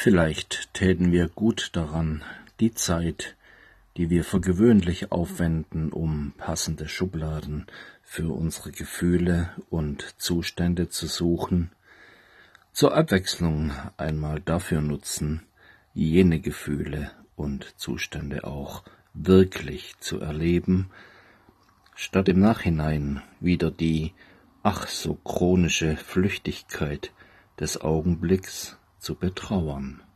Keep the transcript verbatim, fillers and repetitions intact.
Vielleicht täten wir gut daran, die Zeit, die wir für gewöhnlich aufwenden, um passende Schubladen für unsere Gefühle und Zustände zu suchen, zur Abwechslung einmal dafür nutzen, jene Gefühle und Zustände auch wirklich zu erleben, statt im Nachhinein wieder die ach so chronische Flüchtigkeit des Augenblicks zu betrauern.